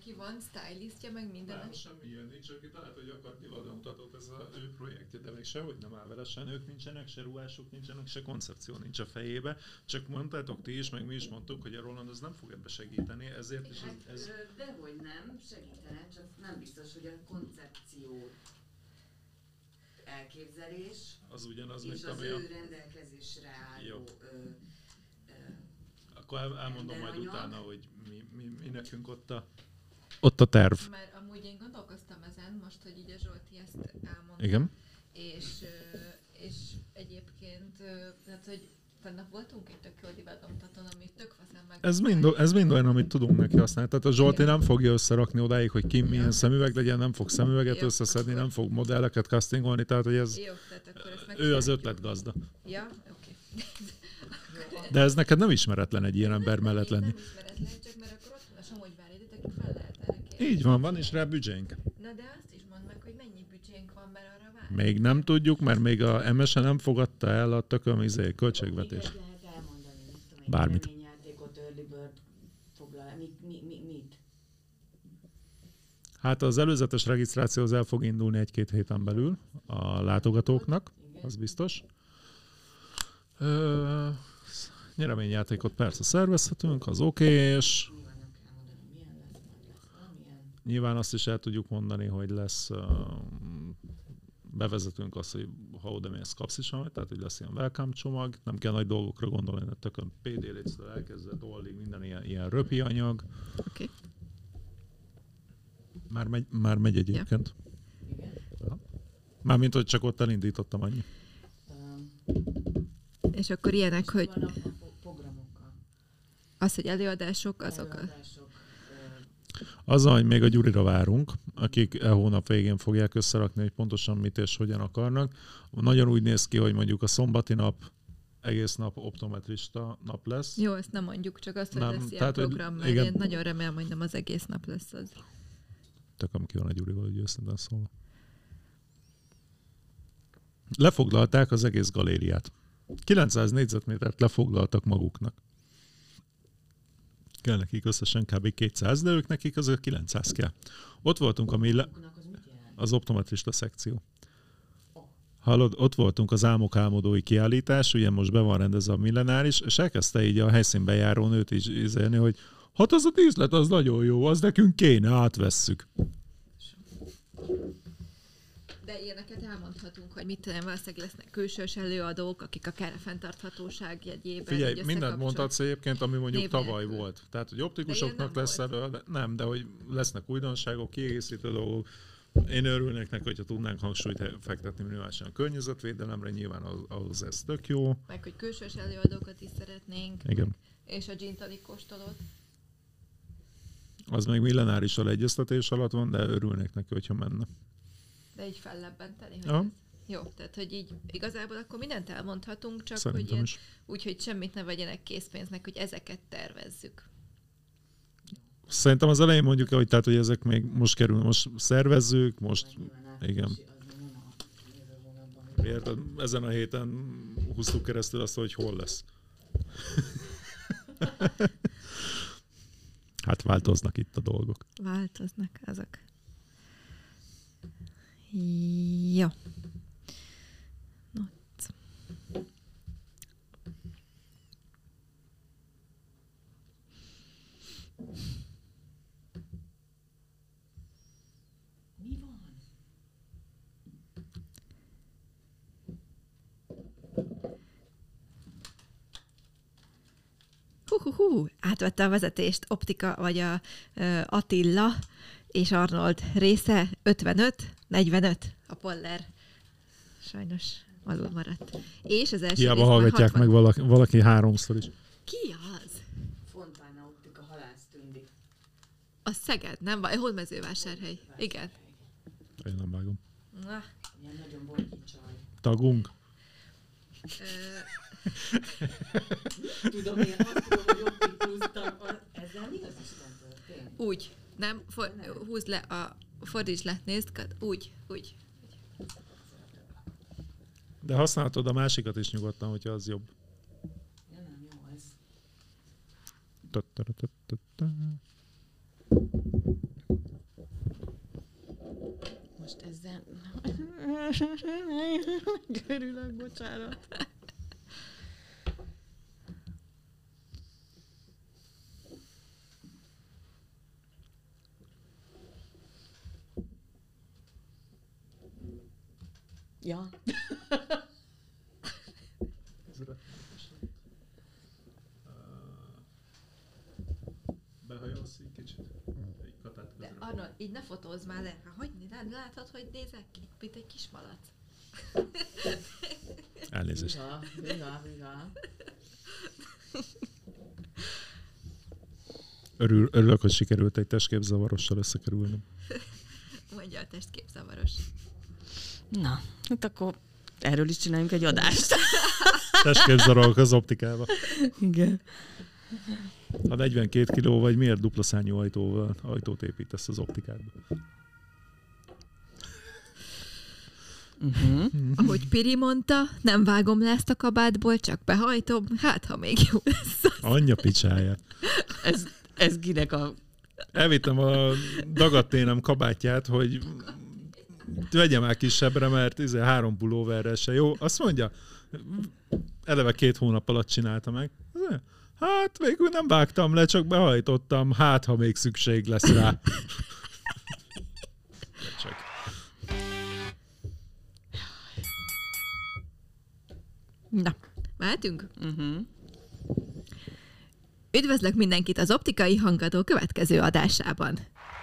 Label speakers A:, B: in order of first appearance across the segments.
A: neki van stylistja, meg minden.
B: Nem, semmi ilyen nincs, aki lehet, hogy akar divatbemutatót, ez az ő projektje, de még sehogy nem áll vele, se nők nincsenek, se ruhások nincsenek, se koncepció nincs a fejébe. Csak mondtátok ti is, meg mi is mondtuk, hogy a Roland az nem fog ebbe segíteni, ezért is ez...
C: Dehogy nem, segítene, csak nem biztos, hogy a koncepció elképzelés
B: az ugyanaz,
C: és
B: mint
C: az
B: ami
C: ő rendelkezésre álló
B: akkor elmondom majd
C: anyag.
B: utána, hogy mi nekünk ott a terv.
A: Mert amúgy én gondolkoztam ezen most, hogy így a Zsolti ezt elmondta.
B: Igen.
A: És egyébként, tehát, hogy tegnap voltunk egy tök jó divatbemutaton, ami tök faszán meg...
B: Ez mind olyan, amit tudunk neki használni. Tehát a Zsolti nem fogja összerakni odáig, hogy ki milyen szemüveg legyen, nem fog szemüveget összeszedni, nem fog modelleket castingolni, tehát hogy ez...
A: Jó, tehát akkor ezt
B: ő az ötletgazda.
A: Ja, oké.
B: De ez neked nem ismeretlen egy ilyen ember mellett lenni.
A: Nem ismeretlen, csak mert akkor ott van a Somogyvári, akit fel lehet erre kérni.
B: Így van is rá büdzsénk.
A: Na de azt is mondd meg, hogy mennyi büdzsénk van, mert arra várni.
B: Még nem tudjuk, mert még a MSE nem fogadta el a tököm költségvetést.
C: Miket lehet elmondani, mit tudom én,
B: Bármit.
C: reményjátékot, early bird foglal, mit?
B: Hát az előzetes regisztráció az el fog indulni 1-2 héten belül a látogatóknak, az biztos. Nyereményjátékot persze szervezhetünk, az okés. Nyilván azt is el tudjuk mondani, hogy lesz, bevezetünk azt, hogy ha oda mész, kapsz is valamit, tehát hogy lesz ilyen welcome csomag, nem kell nagy dolgokra gondolni, hogy tökön PD létszől elkezdett oldig minden ilyen röpi anyag.
A: Oké.
B: Már megy egyébként. Ja. Mármint, hogy csak ott elindítottam annyi.
A: És akkor ilyenek, hogy
C: Programokkal.
A: az, hogy előadások, azok.
B: Az, hogy még a Gyurira várunk, akik hónap végén fogják összerakni, hogy pontosan mit és hogyan akarnak. Nagyon úgy néz ki, hogy mondjuk a szombati nap egész nap optometrista nap lesz.
A: Jó, ezt nem mondjuk, csak azt, hogy
B: nem,
A: lesz ilyen
B: tehát,
A: program,
B: hogy,
A: mert
B: igen.
A: én nagyon remélem, hogy nem az egész nap lesz az.
B: Tököm ki van a Gyurival, hogy őszintén szólva. Lefoglalták az egész galériát. 900 négyzetmétert lefoglaltak maguknak. Kell nekik összesen kb. 200, de ők nekik azért 900 kell. Ott voltunk az optometrista szekció. Hallod, ott voltunk az álmok álmodói kiállítás, ugye most be van rendezve a Millenáris, és elkezdte így a helyszínbejáró nőt is ízelni, hogy hát az a díszlet az nagyon jó, az nekünk kéne, átvesszük.
A: De ilyeneket elmondhatunk, hogy mit tudom, valószínűleg lesznek külsős előadók, akik akár a fenntarthatóság jegyében...
B: Figyelj, mindent mondhatsz egyébként, ami mondjuk tavaly
A: nélkül.
B: volt. Tehát, hogy optikusoknak lesz elő, nem, de hogy lesznek újdonságok, kiegészítő dolgok. Én örülnék neki, hogyha tudnánk hangsúlyt fektetni minimálisan a környezetvédelemre, nyilván ahhoz ez tök jó.
A: Meg, hogy külsős előadókat is szeretnénk.
B: Igen.
A: És a gin tonic kóstolót.
B: Az még millenárissal egyeztetés alatt van, de örülnék neki, hogyha menne.
A: De így fellebbenteni, hogy
B: ja.
A: ez... Jó, tehát, hogy így igazából akkor mindent elmondhatunk, csak
B: szerintem
A: hogy ilyen,
B: is.
A: úgy, hogy semmit ne vegyenek készpénznek, hogy ezeket tervezzük.
B: Szerintem az elején mondjuk, hogy tehát, hogy ezek még most kerül, most szervezzük, most igen. Érted? Ezen a héten húztuk keresztül azt, hogy hol lesz. Hát változnak itt a dolgok.
A: Változnak azok. Jó. Not.
C: Mi van?
A: Átvette a vezetést Optika, vagy a Attila és Arnold része 55-45 a Poller. Sajnos alul maradt. És az első
B: Hiába
A: rész már
B: hallgatják
A: 60.
B: meg valaki háromszor is.
A: Ki az?
C: Fontana Optika halásztündi.
A: A Szeged, nem? Vagy Hódmezővásárhely. Igen.
B: Én nem vágom.
A: Na.
C: Ilyen nagyon bolyi csaj.
B: Tagunk.
C: Tudom, én azt tudom, hogy optikustam. Ezzel mi az Isten történt?
A: Úgy. Nem? Húzd le fordítsd le, nézd. Úgy.
B: De használhatod a másikat is nyugodtan, hogyha az jobb.
C: Ja, nem jó ez.
D: Most ezzel... Görülök, bocsánat. Ja.
B: Behajolsz egy kicsit? Egy katát
A: De
B: közre.
A: Arnold, így ne fotózz már le. Hogy látod, hogy nézek ki? Mint egy kis malac.
B: Elnézést.
D: Viga.
B: Örülök, hogy sikerült egy testképzavarossal összekerülnöm.
A: Mondja a testképzavaros.
D: Na, hát akkor erről is csináljunk egy adást.
B: Testképzavarok az optikába.
D: Igen.
B: Ha 42 kiló vagy, miért dupla szárnyú ajtót építesz az optikádba?
A: Ahogy Piri mondta, nem vágom le ezt a kabátból, csak behajtom, hát ha még jó lesz.
B: Anyja picsáját.
D: Ez kinek a...
B: Elvittem a dagadténem kabátját, hogy vegyem már kisebbre, mert 3 pulóverrel se jó. Azt mondja, eleve 2 hónap alatt csinálta meg. Hát végül nem vágtam le, csak behajtottam, hát ha még szükség lesz rá. Csak.
A: Na, mehetünk? Üdvözlök mindenkit az Optikai Hangadó következő adásában.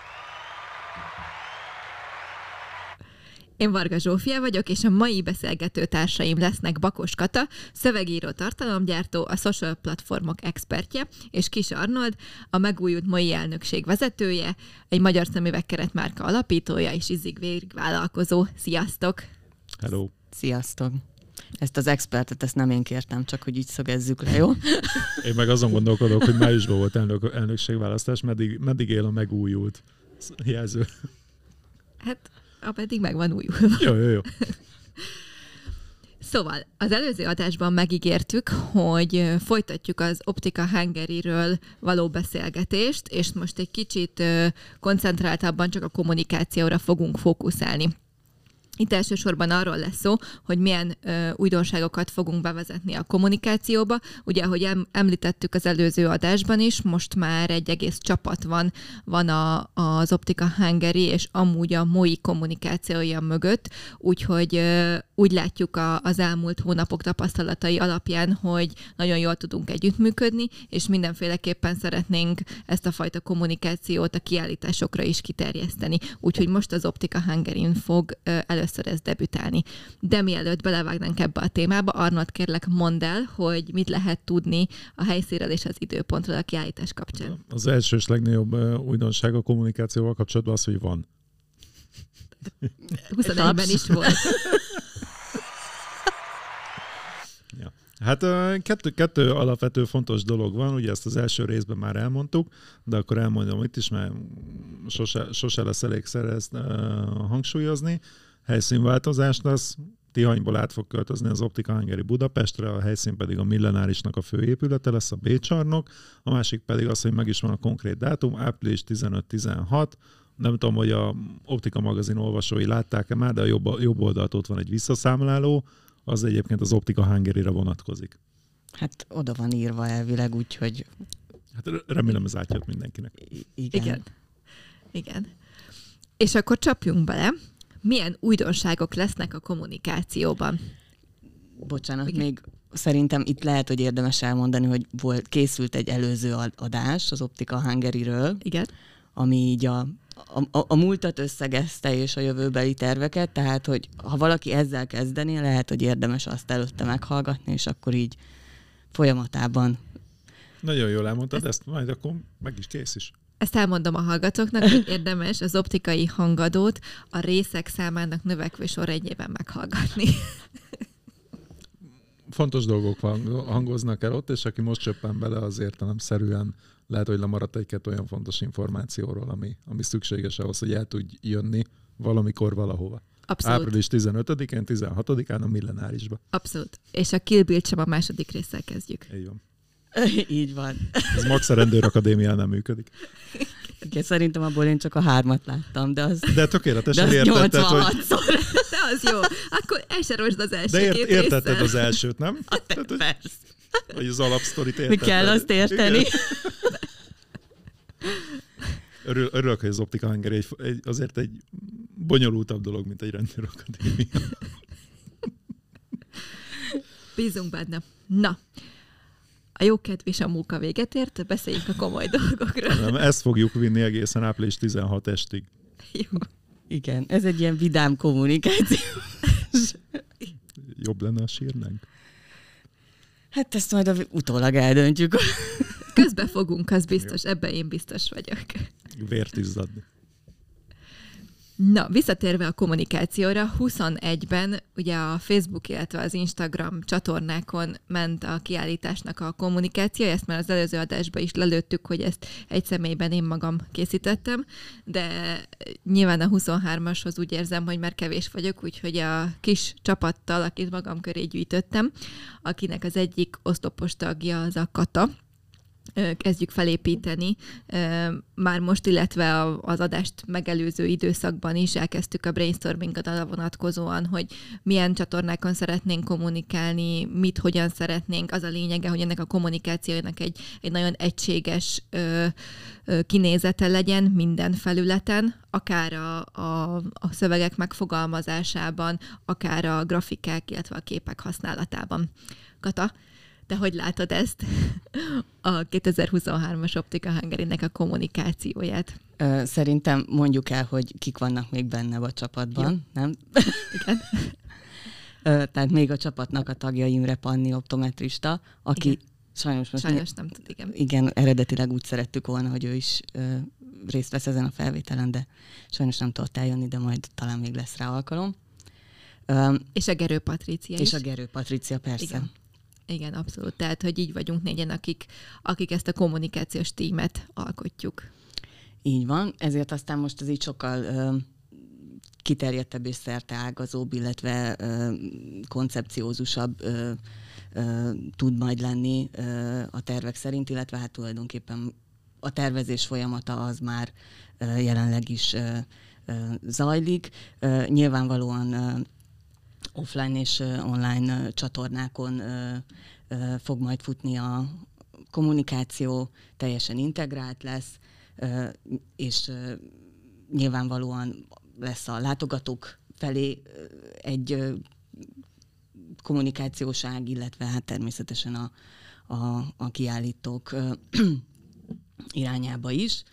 A: Én Varga Zsófia vagyok, és a mai beszélgető társaim lesznek Bakos Kata, szövegíró, tartalomgyártó, a social platformok expertje, és Kis Arnold, a megújult mai elnökség vezetője, egy magyar szemüvegkeret márka alapítója és izzig-végvállalkozó. Sziasztok!
B: Hello!
D: Sziasztok! Ezt az expertet, ezt nem én kértem, csak hogy így szögezzük le, jó?
B: Én meg azon gondolkodok, hogy májusban volt elnökségválasztás, meddig él a megújult jelző.
A: Hát, ameddig meg van újulva.
B: Jó.
A: Szóval, az előző adásban megígértük, hogy folytatjuk az Optika Hungary-ről való beszélgetést, és most egy kicsit koncentráltabban csak a kommunikációra fogunk fókuszálni. Itt elsősorban arról lesz szó, hogy milyen újdonságokat fogunk bevezetni a kommunikációba. Ugye, ahogy említettük az előző adásban is, most már egy egész csapat van az Optika Hungary, és amúgy a MOI kommunikációja mögött, úgyhogy úgy látjuk az elmúlt hónapok tapasztalatai alapján, hogy nagyon jól tudunk együttműködni, és mindenféleképpen szeretnénk ezt a fajta kommunikációt a kiállításokra is kiterjeszteni. Úgyhogy most az Optika Hungary-n fog először ez debütálni. De mielőtt belevágnánk ebbe a témába, Arnold, kérlek, mondd el, hogy mit lehet tudni a helyszínről és az időpontról a kiállítás kapcsán.
B: Az első és legnagyobb újdonság a kommunikációval kapcsolatban az, hogy van.
A: 21-ben is volt.
B: Ja. Hát kettő alapvető fontos dolog van, ugye ezt az első részben már elmondtuk, de akkor elmondom itt is, mert sose lesz elégszer ezt hangsúlyozni. Helyszínváltozás lesz, Tihanyból át fog költözni az Optika Hungary Budapestre, a helyszín pedig a Millenárisnak a főépülete lesz, a B-csarnok, a másik pedig az, hogy meg is van a konkrét dátum, április 15-16, nem tudom, hogy a Optika magazin olvasói látták-e már, de a jobb oldalt ott van egy visszaszámláló, az egyébként az Optika Hungary-re vonatkozik.
D: Hát oda van írva elvileg, úgyhogy...
B: Hát remélem ez átjött mindenkinek.
A: Igen. És akkor csapjunk bele. Milyen újdonságok lesznek a kommunikációban?
D: Bocsánat,
A: Igen.
D: még szerintem itt lehet, hogy érdemes elmondani, hogy készült egy előző adás az Optika Hungary-ről,
A: Igen.
D: ami így a múltat összegezte és a jövőbeli terveket, tehát, hogy ha valaki ezzel kezdené, lehet, hogy érdemes azt előtte meghallgatni, és akkor így folyamatában.
B: Nagyon jól elmondtad, ezt majd akkor meg is kész is.
A: Ezt elmondom a hallgatóknak, hogy érdemes az optikai hangadót a részek számának növekvő sorrendjében meghallgatni.
B: Fontos dolgok hangoznak el ott, és aki most csöppen bele, az értelemszerűen lehet, hogy lemaradt egy-két olyan fontos információról, ami szükséges ahhoz, hogy el tudj jönni valamikor valahova.
A: Abszolút.
B: Április 15-én, 16-án a Millenárisba.
A: Abszolút. És a Kill Bill sem a második résszel kezdjük.
B: Így van.
D: Így van.
B: Ez Max a Rendőrakadémián nem működik.
D: Igen, szerintem abból én csak a 3 láttam, de az...
B: De tökéletesen
D: de az
B: értetted, hogy...
D: 86-szor.
A: De az jó. Akkor el se rosd az első
B: De
A: két
B: értetted
A: résszel.
B: az elsőt, nem? Tehát, hogy,
D: Persze.
B: vagy az alapsztorit
D: Mi
B: értetted.
D: kell azt érteni?
B: Igen. Örülök, hogy az Optika Hungary azért egy bonyolultabb dolog, mint egy rendőrakadémia.
A: Bízunk benne. Na, a jókedv és a munka véget ért, beszéljünk a komoly dolgokról.
B: Nem, ezt fogjuk vinni egészen április 16 estig.
A: Jó.
D: Igen, ez egy ilyen vidám kommunikáció.
B: Jobb lenne, ha sírnánk.
D: Hát ezt majd utólag eldöntjük.
A: Közbe fogunk, az biztos, ebben én biztos vagyok.
B: Vért izzadni.
A: Na, visszatérve a kommunikációra, 21-ben ugye a Facebook, illetve az Instagram csatornákon ment a kiállításnak a kommunikáció, ezt már az előző adásban is lelőttük, hogy ezt egy személyben én magam készítettem, de nyilván a 23-ashoz úgy érzem, hogy már kevés vagyok, úgyhogy a kis csapattal, akit magam köré gyűjtöttem, akinek az egyik oszlopos tagja az a Kata, kezdjük felépíteni. Már most, illetve az adást megelőző időszakban is elkezdtük a brainstormingot arra vonatkozóan, hogy milyen csatornákon szeretnénk kommunikálni, mit, hogyan szeretnénk. Az a lényege, hogy ennek a kommunikációnak egy nagyon egységes kinézete legyen minden felületen, akár a szövegek megfogalmazásában, akár a grafikák, illetve a képek használatában. Kata, te hogy látod ezt, a 2023-as Optika Hungary-nek a kommunikációját?
D: Szerintem mondjuk el, hogy kik vannak még benne a csapatban, jó. Nem?
A: Igen.
D: Tehát még a csapatnak a tagja Imre Panni optometrista, aki
A: igen.
D: sajnos
A: nem tud, igen.
D: Igen, eredetileg úgy szerettük volna, hogy ő is részt vesz ezen a felvételen, de sajnos nem tudott eljönni, de majd talán még lesz rá alkalom.
A: És a Gerő Patrícia is.
D: És a Gerő Patrícia, persze.
A: Igen. Igen, abszolút. Tehát, hogy így vagyunk négyen, akik ezt a kommunikációs tímet alkotjuk.
D: Így van, ezért aztán most ez így sokkal kiterjedtebb és szerteágazóbb, illetve koncepciózusabb tud majd lenni a tervek szerint, illetve hát tulajdonképpen a tervezés folyamata az már jelenleg is zajlik. Nyilvánvalóan offline és online csatornákon fog majd futni a kommunikáció, teljesen integrált lesz, és nyilvánvalóan lesz a látogatók felé egy kommunikációs ág, illetve hát természetesen a kiállítók irányába is.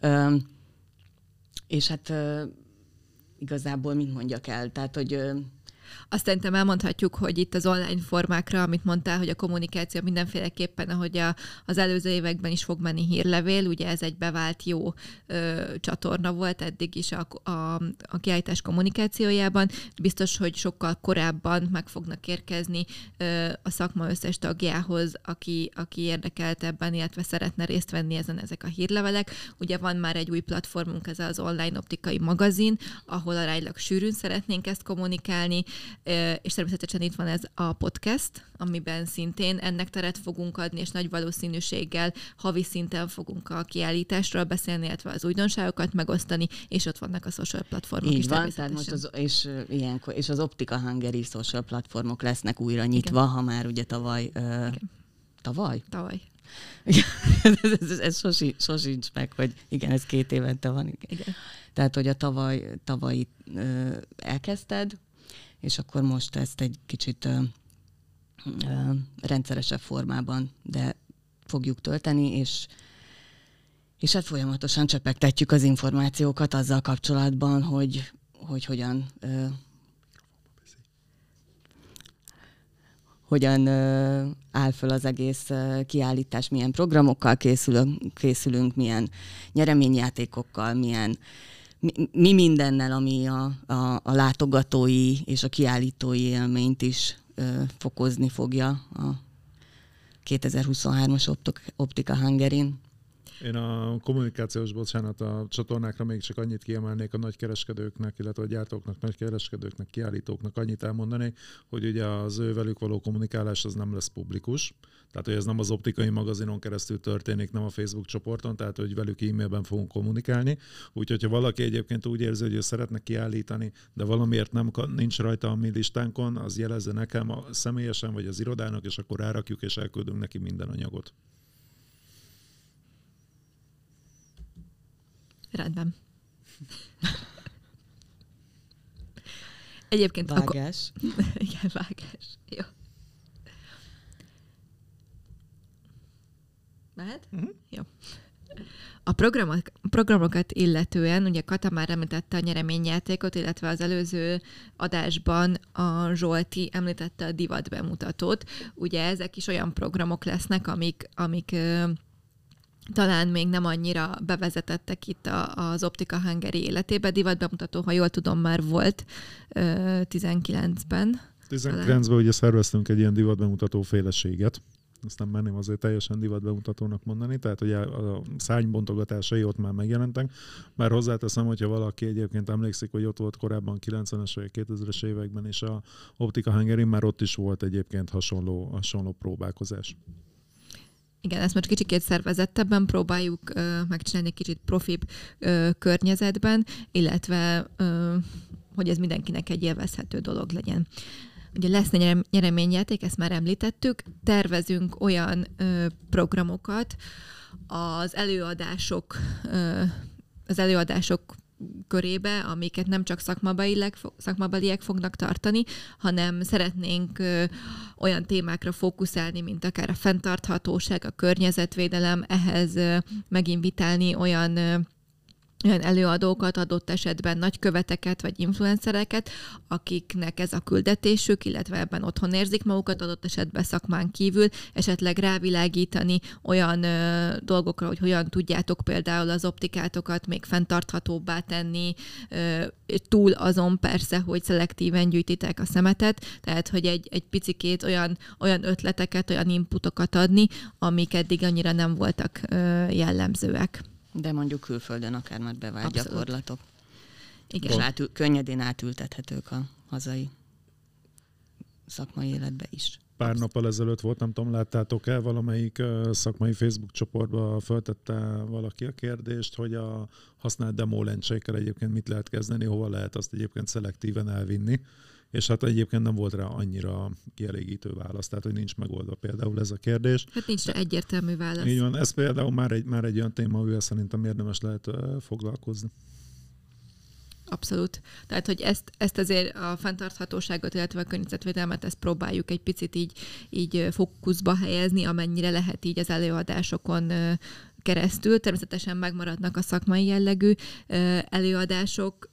D: És hát igazából mit mondjak el? Tehát, hogy
A: azt szerintem elmondhatjuk, hogy itt az online formákra, amit mondtál, hogy a kommunikáció mindenféleképpen, ahogy az előző években is fog menni hírlevél, ugye ez egy bevált jó csatorna volt eddig is a kiállítás kommunikációjában. Biztos, hogy sokkal korábban meg fognak érkezni a szakma összes tagjához, aki érdekelt ebben, illetve szeretne részt venni ezek a hírlevelek. Ugye van már egy új platformunk, ez az online optikai magazin, ahol aránylag sűrűn szeretnénk ezt kommunikálni, és természetesen itt van ez a podcast, amiben szintén ennek teret fogunk adni, és nagy valószínűséggel havi szinten fogunk a kiállításról beszélni, illetve az újdonságokat megosztani, és ott vannak a social platformok
D: így
A: is
D: van, tehát most és az Optika Hungary social platformok lesznek újra nyitva, igen. Ha már ugye tavaly. Tavaly?
A: Tavaly.
D: ez sosincs meg, hogy igen, ez 2 évente van.
A: Igen.
D: Tehát, hogy a tavaly elkezdted, és akkor most ezt egy kicsit rendszeresebb formában, de fogjuk tölteni, és hát folyamatosan csepegtetjük az információkat azzal kapcsolatban, hogy hogyan áll föl az egész kiállítás, milyen programokkal készülünk, milyen nyereményjátékokkal, mi mindennel, ami a látogatói és a kiállítói élményt is fokozni fogja a 2023-as Optika Hungary-n.
B: Én a kommunikációs, a csatornákra még csak annyit kiemelnék a nagykereskedőknek, illetve a gyártóknak, nagykereskedőknek, kiállítóknak annyit elmondani, hogy ugye az ő velük való kommunikálás az nem lesz publikus. Tehát, hogy ez nem az optikai magazinon keresztül történik, nem a Facebook csoporton, tehát, hogy velük e-mailben fogunk kommunikálni. Úgyhogy, ha valaki egyébként úgy érzi, hogy ő szeretne kiállítani, de valamiért nincs rajta a mi listánkon, az jelezze nekem személyesen, vagy az irodának, és akkor rárakjuk, és elküldünk neki minden anyagot.
A: Rendben. Egyébként
D: vágás.
A: Igen, vágás. Jó. Mehet? Jó. A programokat illetően, ugye Kata már említette a nyereményjátékot, illetve az előző adásban a Zsolti említette a divat bemutatót. Ugye ezek is olyan programok lesznek, amik talán még nem annyira bevezetettek itt az Optika Hungary életébe. Divatbemutató, ha jól tudom, már volt 19-ben.
B: 19-ben ugye szerveztünk egy ilyen divatbemutató féleséget. Azt nem merném azért teljesen divatbemutatónak mondani, tehát hogy a szárnybontogatásai ott már megjelentek. Már hozzáteszem, hogyha valaki egyébként emlékszik, hogy ott volt korábban 90-es vagy 2000-es években is a Optika Hungary, már ott is volt egyébként hasonló próbálkozás.
A: Igen, ezt most kicsikét szervezettebben próbáljuk megcsinálni, egy kicsit profibb környezetben, illetve hogy ez mindenkinek egy élvezhető dolog legyen. Ugye lesz nyereményjáték, ezt már említettük, tervezünk olyan programokat az előadások körébe, amiket nem csak szakmabeliek fognak tartani, hanem szeretnénk olyan témákra fókuszálni, mint akár a fenntarthatóság, a környezetvédelem, ehhez meginvitálni olyan előadókat, adott esetben nagyköveteket vagy influencereket, akiknek ez a küldetésük, illetve ebben otthon érzik magukat, adott esetben szakmán kívül, esetleg rávilágítani olyan dolgokra, hogy hogyan tudjátok például az optikátokat még fenntarthatóbbá tenni, túl azon persze, hogy szelektíven gyűjtitek a szemetet, tehát hogy egy picikét olyan ötleteket, olyan inputokat adni, amik eddig annyira nem voltak jellemzőek.
D: De mondjuk külföldön akár már bevált
A: Abszolút.
D: Gyakorlatok.
A: Igen.
D: És könnyedén átültethetők a hazai szakmai életbe is.
B: Pár nappal ezelőtt volt, nem tudom, láttátok-e, valamelyik szakmai Facebook csoportba feltette valaki a kérdést, hogy a használt demólencsékkel egyébként mit lehet kezdeni, hova lehet azt egyébként szelektíven elvinni. És hát egyébként nem volt rá annyira kielégítő válasz, tehát hogy nincs megoldva például ez a kérdés.
A: Hát nincs rá egyértelmű válasz.
B: Így van, ez például már egy olyan téma, amivel szerintem érdemes lehet foglalkozni.
A: Abszolút. Tehát, hogy ezt azért a fenntarthatóságot, illetve a környezetvédelmet, ezt próbáljuk egy picit így fókuszba helyezni, amennyire lehet így az előadásokon keresztül. Természetesen megmaradnak a szakmai jellegű előadások.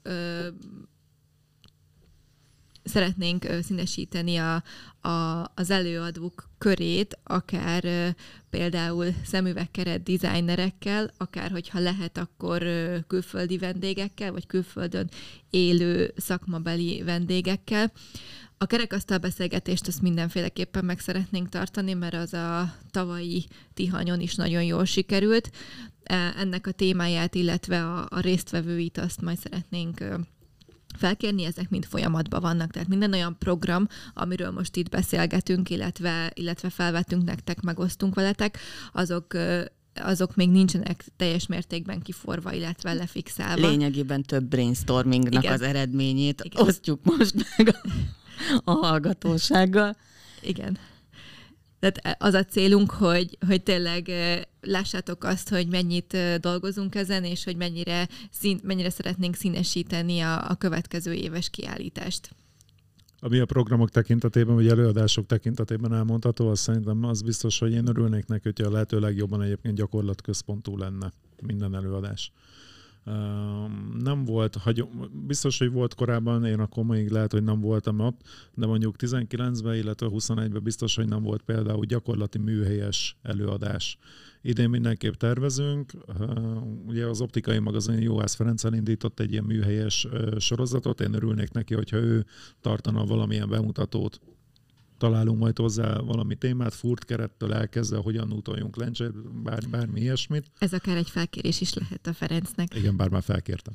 A: Szeretnénk színesíteni az előadók körét, akár például szemüvegkeret designerekkel, akár hogyha lehet, akkor külföldi vendégekkel, vagy külföldön élő szakmabeli vendégekkel. A kerekasztal beszélgetést azt mindenféleképpen meg szeretnénk tartani, mert az a tavalyi Tihanyon is nagyon jól sikerült. Ennek a témáját, illetve a résztvevőit azt majd szeretnénk felkérni, ezek mind folyamatban vannak. Tehát minden olyan program, amiről most itt beszélgetünk, illetve felvettünk nektek, megosztunk veletek, azok még nincsenek teljes mértékben kiforva, illetve lefixálva.
D: Lényegében több brainstormingnak
A: Igen.
D: az eredményét
A: Igen.
D: osztjuk most meg a hallgatósággal.
A: Igen. Tehát az a célunk, hogy tényleg lássátok azt, hogy mennyit dolgozunk ezen, és hogy mennyire szeretnénk színesíteni a következő éves kiállítást.
B: Ami a programok tekintetében, vagy előadások tekintetében elmondható, az szerintem az biztos, hogy én örülnék neki, hogyha a lehető legjobban egyébként gyakorlatközpontú lenne minden előadás. Nem volt, biztos, hogy volt korábban, én akkor még lehet, hogy nem voltam ott, de mondjuk 19-ben, illetve 21-ben biztos, hogy nem volt például gyakorlati műhelyes előadás. Idén mindenképp tervezünk, ugye az optikai magazin Juhász Ferenc elindított egy ilyen műhelyes sorozatot, én örülnék neki, hogyha ő tartana valamilyen bemutatót találunk majd hozzá valami témát, furtkerettől elkezdve, hogyan útoljunk lencsét, bármi ilyesmit.
A: Ez akár egy felkérés is lehet a Ferencnek.
B: Igen, bár már felkértem.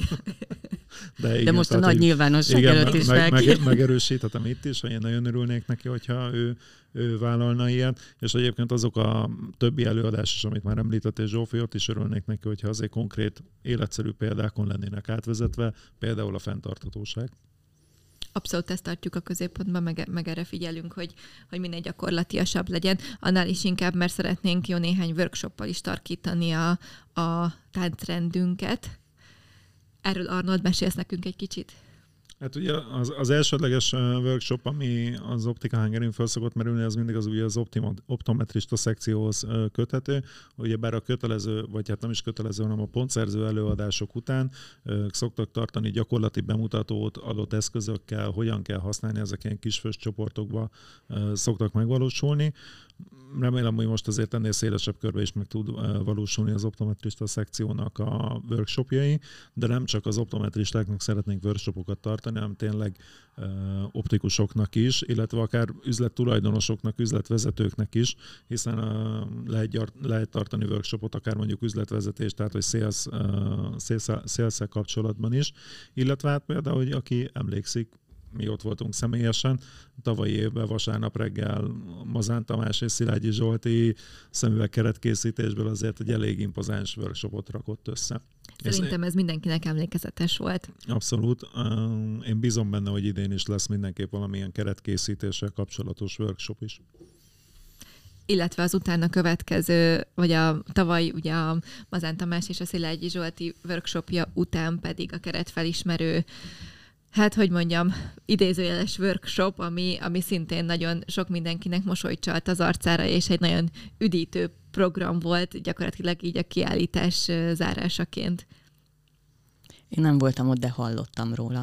D: De
B: igen,
D: most a nagy nyilvánosság előtt is
B: megerősíthetem itt is, hogy én nagyon örülnék neki, hogyha ő vállalna ilyet, és egyébként azok a többi előadás is, amit már említett, Zsófi, ott is örülnék neki, hogyha azért konkrét életszerű példákon lennének átvezetve, például a fenntarthatóság.
A: Abszolút ezt tartjuk a középpontban, meg erre figyelünk, hogy minél gyakorlatiasabb legyen. Annál is inkább, mert szeretnénk jó néhány workshoppal is tarkítani a táncrendünket. Erről Arnold, mesélsz nekünk egy kicsit?
B: Hát ugye az elsődleges workshop, ami az Optika Hungary'n föl szokott merülni, az mindig az optometrista szekcióhoz köthető. Ugye bár a kötelező, vagy hát nem is kötelező, hanem a pontszerző előadások után szoktak tartani gyakorlati bemutatót adott eszközökkel, hogyan kell használni, ezek ilyen kisfős csoportokba szoktak megvalósulni. Remélem, hogy most azért ennél szélesebb körbe is meg tud valósulni az optometrista szekciónak a workshopjai, de nem csak az optometristáknak szeretnénk workshopokat tartani, hanem tényleg optikusoknak is, illetve akár üzlettulajdonosoknak, üzletvezetőknek is, hiszen lehet tartani workshopot, akár mondjuk üzletvezetés, tehát hogy sales-szel kapcsolatban is, illetve hát például, hogy aki emlékszik, mi ott voltunk személyesen, tavalyi évben vasárnap reggel Mazán Tamás és Szilágyi Zsolti szemüvegkeretkészítésből azért egy elég impozáns workshopot rakott össze.
A: Szerintem ez mindenkinek emlékezetes volt.
B: Abszolút. Én bízom benne, hogy idén is lesz mindenképp valamilyen keretkészítéssel kapcsolatos workshop is.
A: Illetve az utána következő, vagy a tavaly ugye a Mazán Tamás és a Szilágyi Zsolti workshopja után pedig a keretfelismerő, hát hogy mondjam, idézőjeles workshop, ami szintén nagyon sok mindenkinek mosolyt csalt az arcára, és egy nagyon üdítő program volt, gyakorlatilag így a kiállítás zárásaként.
D: Én nem voltam ott, de hallottam róla.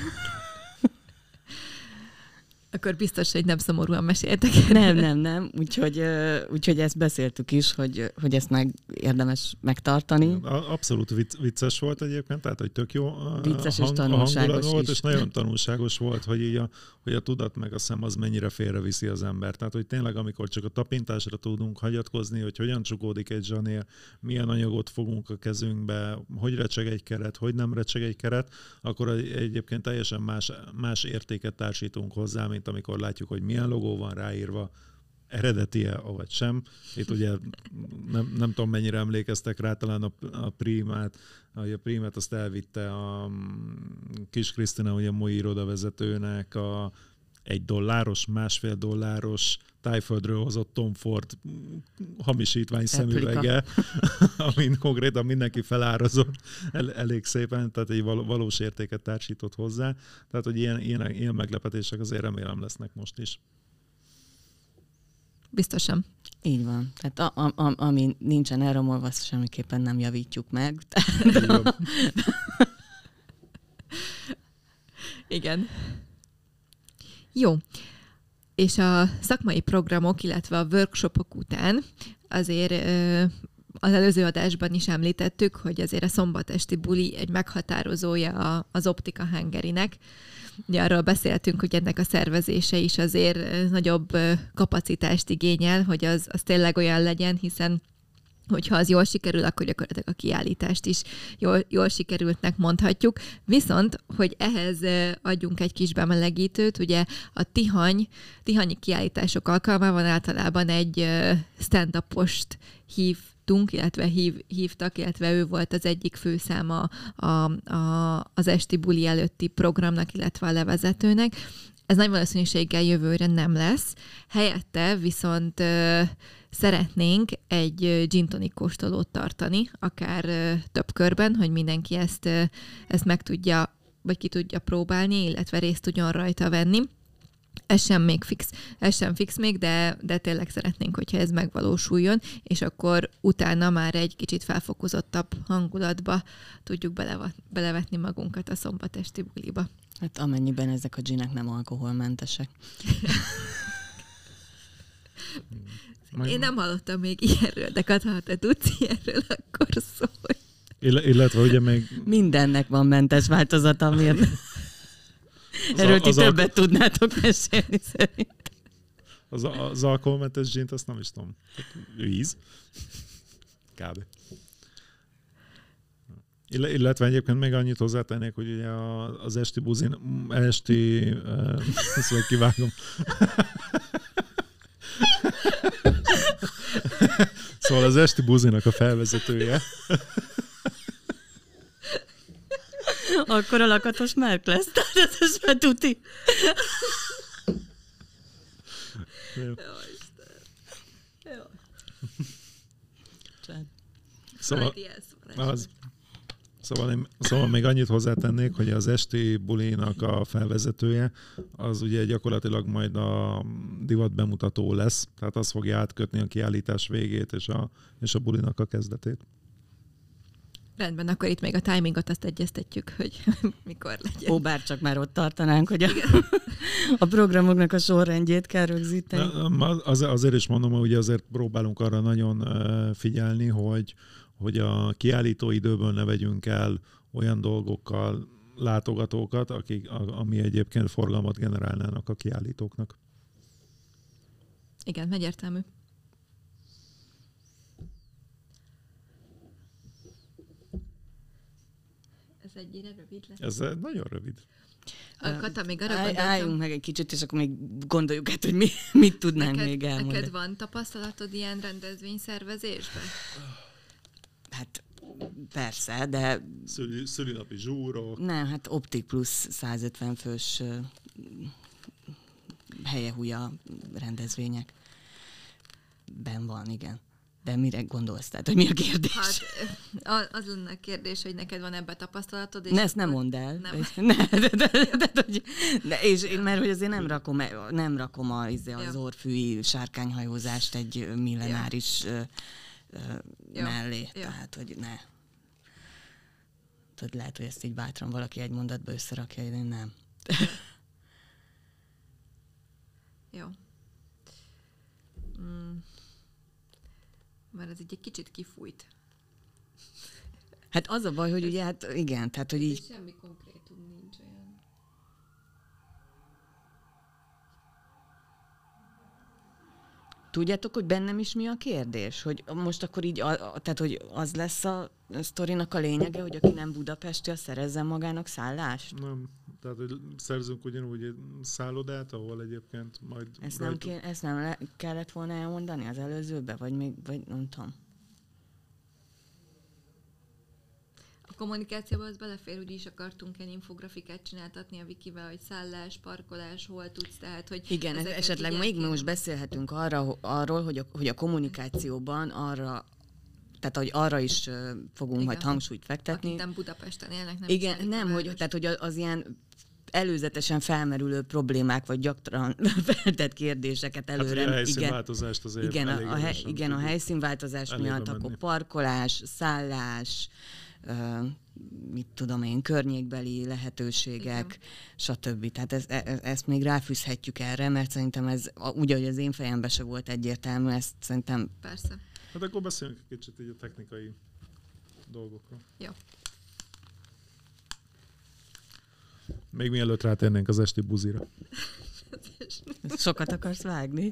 A: Akkor biztos, hogy nem szomorúan meséltek.
D: Nem. Úgyhogy ezt beszéltük is, hogy ezt érdemes megtartani.
B: Abszolút vicces volt egyébként, tehát hogy tök jó
D: vicces és tanulságos
B: volt,
D: is.
B: És nagyon tanulságos volt, hogy így hogy a tudat meg a szem az mennyire félreviszi az ember. Tehát, hogy tényleg amikor csak a tapintásra tudunk hagyatkozni, hogy hogyan csukódik egy zsanér, milyen anyagot fogunk a kezünkbe, hogy recseg egy keret, hogy nem recseg egy keret, akkor egyébként teljesen más értéket társítunk hozzá, mint amikor látjuk, hogy milyen logó van ráírva, eredeti-e, vagy sem. Itt ugye nem tudom, mennyire emlékeztek rá, talán a Primát, hogy a Primet azt elvitte a Kis Krisztina, ugye MOI irodavezetőnek a $1, $1,5 Tájföldről hozott Tom Ford hamisítvány szemüvege, amin konkrétan mindenki felárazott elég szépen, tehát egy valós értéket társított hozzá. Tehát, hogy ilyen meglepetések azért remélem lesznek most is.
A: Biztosan.
D: Így van. Tehát ami nincsen elromolva, azt semmiképpen nem javítjuk meg.
A: Igen. Jó. És a szakmai programok, illetve a workshopok után azért az előző adásban is említettük, hogy azért a szombatesti buli egy meghatározója az Optika Hungarynek. Ugye arról beszéltünk, hogy ennek a szervezése is azért nagyobb kapacitást igényel, hogy az tényleg olyan legyen, hiszen hogyha az jól sikerül, akkor gyakorlatilag a kiállítást is jól sikerültnek mondhatjuk. Viszont, hogy ehhez adjunk egy kis bemelegítőt, ugye a tihanyi kiállítások alkalmával általában egy stand-upost illetve hívtak, illetve ő volt az egyik főszáma az esti buli előtti programnak, illetve a levezetőnek. Ez nagy valószínűséggel jövőre nem lesz. Helyette viszont szeretnénk egy gin tonic kóstolót tartani, akár több körben, hogy mindenki ezt meg tudja, vagy ki tudja próbálni, illetve részt tudjon rajta venni. Ez sem fix még, de tényleg szeretnénk, hogyha ez megvalósuljon, és akkor utána már egy kicsit felfokozottabb hangulatba tudjuk belevetni magunkat a szombatesti buliba.
D: Hát amennyiben ezek a ginek nem alkoholmentesek.
A: Én nem hallottam még ilyenről, de ha te tudsz ilyenről, akkor szólj.
B: Illetve ugye még...
D: Mindennek van mentes változata, miért? Erről ti többet tudnátok mesélni szerint.
B: Az alkoholmentes gint, azt nem is tudom. Víz. Kb. Illetve egyébként még annyit hozzátennék, hogy ugye az esti buzin, ezt meg kivágom. Szóval az esti buzinak a felvezetője.
D: Akkor a lakatos Merk lesz, tehát ez már tuti.
A: Jó, Isten. Jó.
B: Szóval még annyit hozzátennék, hogy az esti bulinak a felvezetője, az ugye gyakorlatilag majd a divat bemutató lesz, tehát az fogja átkötni a kiállítás végét és a bulinak a kezdetét.
A: Rendben, akkor itt még a timingot azt egyeztetjük, hogy mikor legyen.
D: Ó, bár csak már ott tartanánk, hogy a programoknak a sorrendjét kell rögzíteni.
B: Azért is mondom, hogy azért próbálunk arra nagyon figyelni, hogy a kiállító időből ne vegyünk el olyan dolgokkal látogatókat, ami egyébként forgalmat generálnának a kiállítóknak.
A: Igen, egyértelmű. Ez ennyire rövid lesz.
B: Ez nagyon rövid.
A: Kata, még arra
D: álljunk meg egy kicsit, és akkor még gondoljuk át, hogy mit tudnánk még elmondani.
A: Neked van tapasztalatod ilyen rendezvényszervezésben? Hát
D: persze, de...
B: Szülinapi zsúrok.
D: Nem, hát Optik plusz 150 fős helye-húja rendezvények. Ben van, igen. De mire gondolsz? Tehát, hogy mi a kérdés?
A: Hát az lenne a kérdés, hogy neked van ebben tapasztalatod. És
D: ezt nem mondd el. Mert hogy azért nem rakom az orrfűi sárkányhajózást egy millenáris mellé. Tehát, hogy ne. Tudod, lehet, hogy ezt így bátran valaki egy mondatba összerakja, én nem.
A: Jó. Mert ez így egy kicsit kifújt.
D: Hát az a baj, hogy ugye, hát igen, tehát, hogy így...
A: Semmi konkrétum nincs olyan.
D: Tudjátok, hogy bennem is mi a kérdés? Hogy most akkor így, tehát, hogy az lesz a sztorinak a lényege, hogy aki nem budapesti, az szerezzen magának szállást?
B: Nem. Tehát, hogy szerzünk ugyanúgy egy szállodát, ahol egyébként majd...
D: Ezt nem kellett volna elmondani az előzőbe? Vagy nem tudom.
A: A kommunikációban az belefér, hogy is akartunk egy infografikát csináltatni a Wikivel, hogy szállás, parkolás, hol tudsz, tehát, hogy...
D: Igen, esetleg még most beszélhetünk arról, hogy a kommunikációban tehát, hogy arra is fogunk majd hangsúlyt fektetni.
A: Akik nem Budapesten élnek, nem
D: igen, nem, tehát, hogy az ilyen előzetesen felmerülő problémák, vagy gyakran feltett kérdéseket előre.
B: Hát, a helyszínváltozást azért
D: igen, a helyszínváltozás miatt, akkor parkolás, szállás, mit tudom én, környékbeli lehetőségek, igen. Stb. Tehát ezt még ráfűzhetjük erre, mert szerintem ez, úgy, ahogy az én fejemben se volt egyértelmű, ezt szerintem...
A: Persze.
B: Hát akkor beszéljünk egy kicsit így a technikai dolgokról.
A: Jó.
B: Még mielőtt rátérnénk az esti buzira.
D: Sokat akarsz vágni?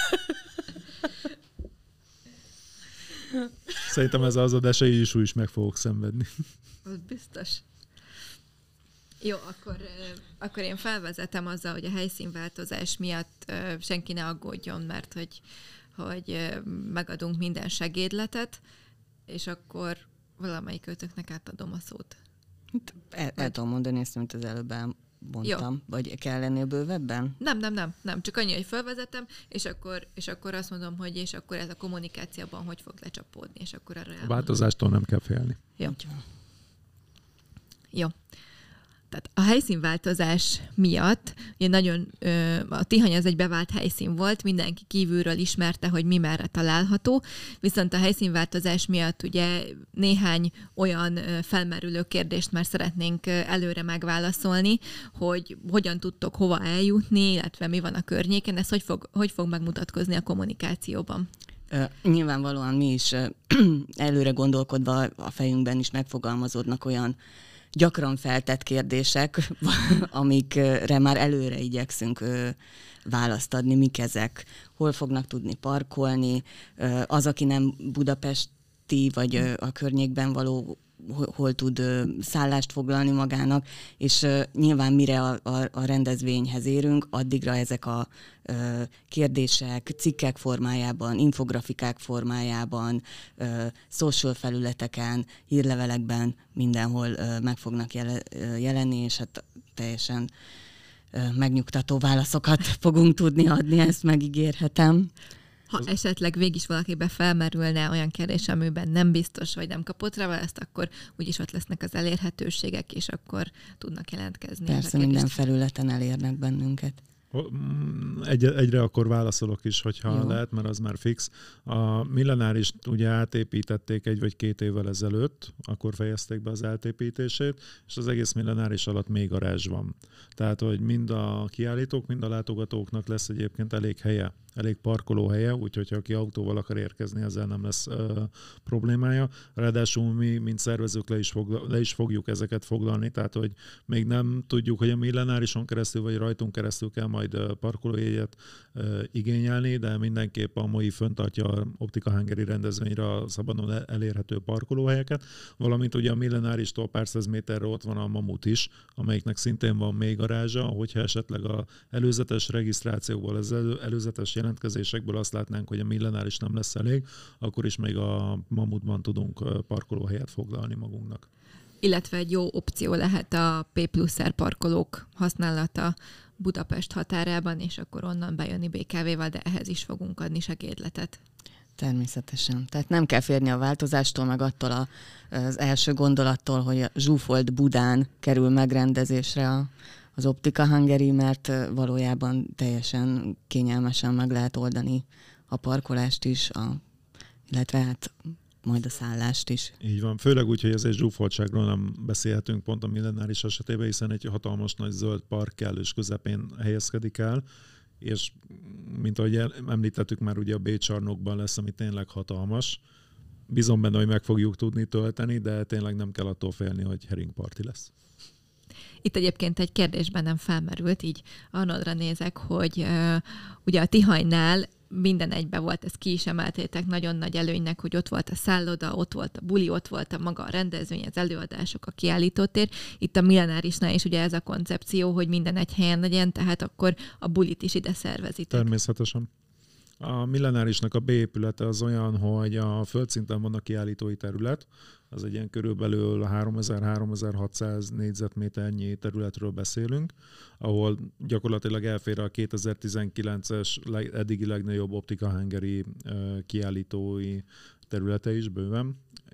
B: Szerintem ez az adás, így is meg fogok szenvedni.
A: Az biztos. Jó, akkor én felvezetem azzal, hogy a helyszínváltozás miatt senki ne aggódjon, mert hogy megadunk minden segédletet, és akkor valamelyik őtöknek átadom a szót.
D: El tudom mondani ezt, amit az előbb elmondtam. Jó. Vagy kell lennél bővebben?
A: Nem. Csak annyi, hogy felvezetem, és akkor azt mondom, hogy és akkor ez a kommunikációban hogy fog lecsapódni, és akkor arra elmondom.
B: A változástól nem kell félni.
A: Jó. Tehát a helyszínváltozás miatt, ugye nagyon, a Tihany az egy bevált helyszín volt, mindenki kívülről ismerte, hogy mi merre található, viszont a helyszínváltozás miatt ugye néhány olyan felmerülő kérdést már szeretnénk előre megválaszolni, hogy hogyan tudtok hova eljutni, illetve mi van a környéken, ez hogy fog megmutatkozni a kommunikációban?
D: Nyilvánvalóan mi is előre gondolkodva a fejünkben is megfogalmazódnak olyan gyakran feltett kérdések, amikre már előre igyekszünk választ adni, mik ezek, hol fognak tudni parkolni, az, aki nem budapesti, vagy a környékben való, hol tud szállást foglalni magának, és nyilván mire a rendezvényhez érünk, addigra ezek a kérdések cikkek formájában, infografikák formájában, social felületeken, hírlevelekben mindenhol meg fognak jelenni, és hát teljesen megnyugtató válaszokat fogunk tudni adni, ezt megígérhetem.
A: Ha esetleg végig valakibe felmerülne olyan kérdés, amiben nem biztos, vagy nem kapott rá választ, akkor úgyis ott lesznek az elérhetőségek, és akkor tudnak jelentkezni.
D: Persze, minden felületen elérnek bennünket.
B: Egyre akkor válaszolok is, hogyha
D: Jó.
B: lehet, mert az már fix. A millenárist ugye átépítették 1 vagy 2 évvel ezelőtt, akkor fejezték be az átépítését, és az egész millenáris alatt még garázs van. Tehát, hogy mind a kiállítók, mind a látogatóknak lesz egyébként elég helye, elég parkolóhelye, úgyhogy ha aki autóval akar érkezni, ezzel nem lesz problémája. Ráadásul mi, mint szervezők le is fogjuk ezeket foglalni, tehát, hogy még nem tudjuk, hogy a millenárison keresztül, vagy rajtunk keresztül kell majd parkolójegyet igényelni, de mindenképp a MOI föntartja a Optika Hungary rendezvényre a szabadon elérhető parkolóhelyeket, valamint ugye a millenáristól pár száz méterre ott van a Mamut is, amelyiknek szintén van még garázsa, hogyha esetleg az előzetes regisztrációból, az előzetes jelentkezésekből azt látnánk, hogy a millenáris nem lesz elég, akkor is még a Mamutban tudunk parkolóhelyet foglalni magunknak.
A: Illetve egy jó opció lehet a P+R parkolók használata Budapest határában, és akkor onnan bejönni BKV-val, de ehhez is fogunk adni segédletet.
D: Természetesen. Tehát nem kell félni a változástól, meg attól az első gondolattól, hogy a zsúfolt Budán kerül megrendezésre az Optika Hungary, mert valójában teljesen kényelmesen meg lehet oldani a parkolást is, illetve hát majd a szállást is.
B: Így van, főleg úgy, hogy ezért zsúfoltságról nem beszélhetünk pont a millenáris esetében, hiszen egy hatalmas nagy zöld park kellős közepén helyezkedik el, és mint ahogy említettük már, ugye a B-csarnokban lesz, ami tényleg hatalmas. Bízom benne, hogy meg fogjuk tudni tölteni, de tényleg nem kell attól félni, hogy heringparti lesz.
A: Itt egyébként egy kérdésben nem felmerült, így Arnoldra nézek, hogy ugye a Tihanynál minden egybe volt, ezt ki is emeltétek nagyon nagy előnynek, hogy ott volt a szálloda, ott volt a buli, ott volt a maga a rendezvény, az előadások, a kiállítótér. Itt a millenárisnál is ugye ez a koncepció, hogy minden egy helyen legyen, tehát akkor a bulit is ide szervezitek.
B: Természetesen. A millenárisnak a B-épülete az olyan, hogy a földszinten van a kiállítói terület, az egy ilyen körülbelül 3000-3600 négyzetméternyi területről beszélünk, ahol gyakorlatilag elfér a 2019-es eddigi legnagyobb Optika Hungary kiállítói területe is bőven,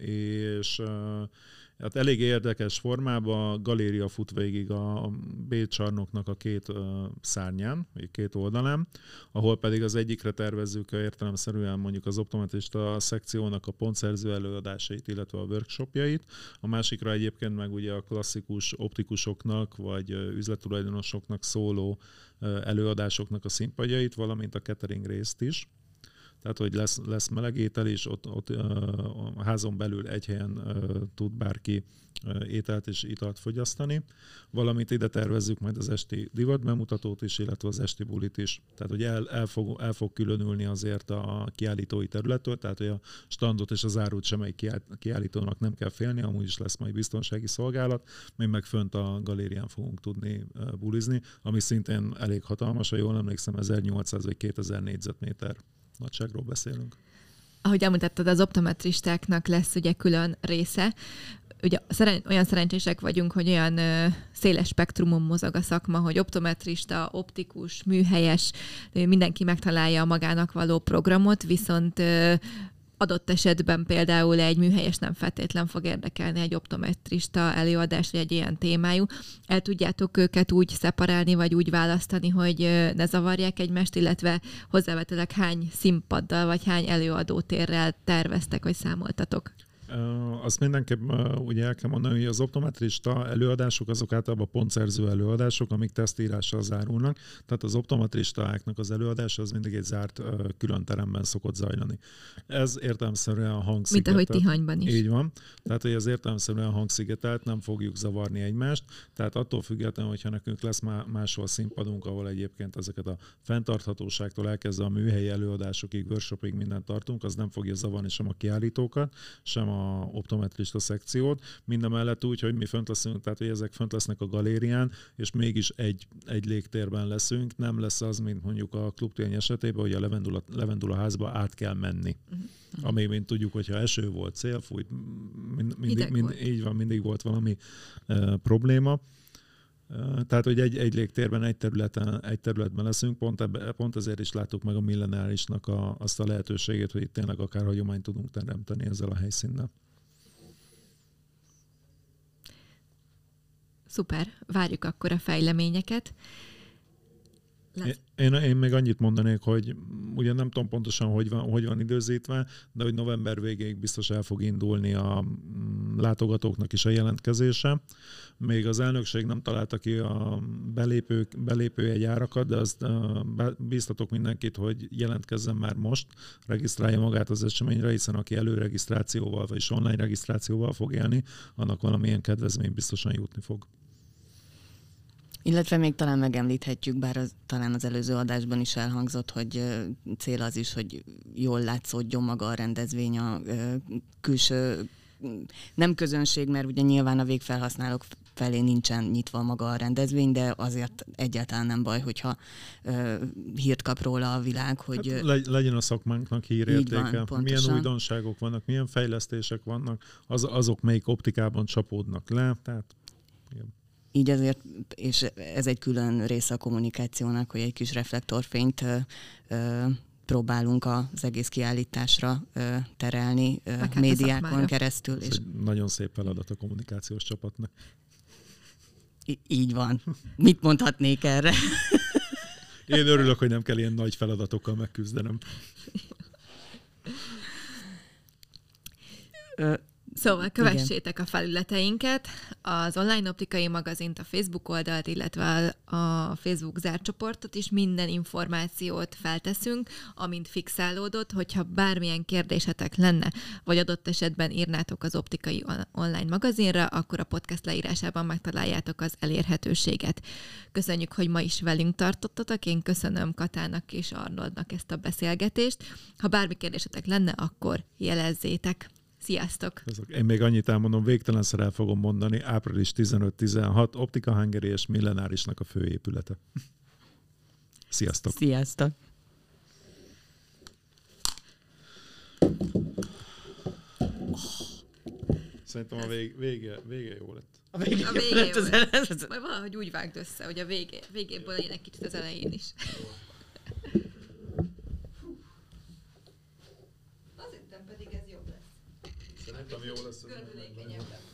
B: és hát elég érdekes formában galéria fut végig a B-csarnoknak a 2 szárnyán, vagy 2 oldalán, ahol pedig az egyikre tervezzük értelemszerűen mondjuk az optometrista szekciónak a pontszerző előadásait, illetve a workshopjait, a másikra egyébként meg ugye a klasszikus optikusoknak, vagy üzlettulajdonosoknak szóló előadásoknak a színpadjait, valamint a catering részt is. Tehát, hogy lesz melegétel, és ott a házon belül egy helyen tud bárki ételt és italt fogyasztani, valamint ide tervezzük majd az esti divatbemutatót is, illetve az esti bulit is. Tehát, hogy el fog különülni azért a kiállítói területtől, tehát, hogy a standot és az árut semmelyik kiállítónak nem kell félni, amúgy is lesz majd biztonsági szolgálat, mi meg fönt a galérián fogunk tudni bulizni, ami szintén elég hatalmas, ha jól emlékszem, 1800 vagy 2000 négyzetméter nagyságról beszélünk.
A: Ahogy említetted, az optometristáknak lesz ugye külön része. Ugye olyan szerencsések vagyunk, hogy olyan széles spektrumon mozog a szakma, hogy optometrista, optikus, műhelyes, mindenki megtalálja magának való programot, viszont adott esetben például egy műhelyes nem feltétlen fog érdekelni egy optometrista előadás, vagy egy ilyen témájú. El tudjátok őket úgy szeparálni, vagy úgy választani, hogy ne zavarják egymást, illetve hozzávetőleg hány színpaddal, vagy hány előadótérrel terveztek, vagy számoltatok?
B: Azt mindenképp ugye el kell mondani, hogy az optometrista előadások azok általában pontszerző előadások, amik tesztírással zárulnak. Tehát az optometristáknak az előadása az mindig egy zárt külön teremben szokott zajlani. Ez értelemszerűen a hangszigetelt.
A: Mint ahogy Tihanyban is.
B: Így van. Tehát, hogy ez értelemszerűen hangszigetelt, nem fogjuk zavarni egymást. Tehát attól függetlenül, hogyha nekünk lesz máshol színpadunk, ahol egyébként ezeket a fenntarthatóságtól elkezdve a műhelyi előadásokig, workshopig mindent tartunk, az nem fogja zavarni sem a kiállítókat, sem a optometrista szekciót. Mindemellett úgy, hogy mi fönt leszünk, tehát hogy ezek fönt lesznek a galérián, és mégis egy légtérben leszünk. Nem lesz az, mint mondjuk a klubtény esetében, hogy a Levendula házba át kell menni. Ami, mint tudjuk, hogyha eső volt, szél fújt, így van, mindig volt valami probléma. Tehát, hogy egy légtérben, egy területben leszünk, pont ezért is láttuk meg a Millenárisnak azt a lehetőségét, hogy itt tényleg akár hagyományt tudunk teremteni ezzel a helyszínnel.
A: Szuper, várjuk akkor a fejleményeket.
B: Én még annyit mondanék, hogy ugye nem tudom pontosan, hogy van időzítve, de hogy november végéig biztos el fog indulni a látogatóknak is a jelentkezése. Még az elnökség nem találta ki a belépőjegyárakat, de azt bíztatok mindenkit, hogy jelentkezzen már most, regisztrálja magát az eseményre, hiszen aki előregisztrációval vagy online regisztrációval fog élni, annak valamilyen kedvezmény biztosan jutni fog.
D: Illetve még talán megemlíthetjük, bár talán az előző adásban is elhangzott, hogy cél az is, hogy jól látszódjon maga a rendezvény a külső, nem közönség, mert ugye nyilván a végfelhasználók felé nincsen nyitva maga a rendezvény, de azért egyáltalán nem baj, hogyha hírt kap róla a világ, hogy...
B: Hát legyen a szakmánknak hírértéke.
D: Van,
B: milyen újdonságok vannak, milyen fejlesztések vannak, azok melyik optikában csapódnak le, tehát... Igen.
D: Így ezért, és ez egy külön része a kommunikációnak, hogy egy kis reflektorfényt próbálunk az egész kiállításra terelni médiákon keresztül.
B: Ez egy nagyon szép feladat a kommunikációs csapatnak.
D: Így van. Mit mondhatnék erre?
B: Én örülök, hogy nem kell ilyen nagy feladatokkal megküzdenem.
A: Szóval kövessétek a felületeinket, az online optikai magazint, a Facebook oldalt, illetve a Facebook zárt csoportot is, minden információt felteszünk, amint fixálódott, hogyha bármilyen kérdésetek lenne, vagy adott esetben írnátok az optikai online magazinra, akkor a podcast leírásában megtaláljátok az elérhetőséget. Köszönjük, hogy ma is velünk tartottatok, én köszönöm Katának és Arnoldnak ezt a beszélgetést. Ha bármi kérdésetek lenne, akkor jelezzétek. Sziasztok!
B: Én még annyit elmondom, végtelenszer el fogom mondani, április 15-16 Optika Hungary és Millenárisnak a főépülete. Sziasztok!
D: Sziasztok!
B: Szerintem a vége jó lett.
D: A vége
A: jó lett. Majd valahogy úgy vágd össze, hogy a végéből legyen egy kicsit az elején is. Azt hittem pedig ez jobb lesz.
B: Szerintem jó lesz.
A: Gördülékenyebb lesz.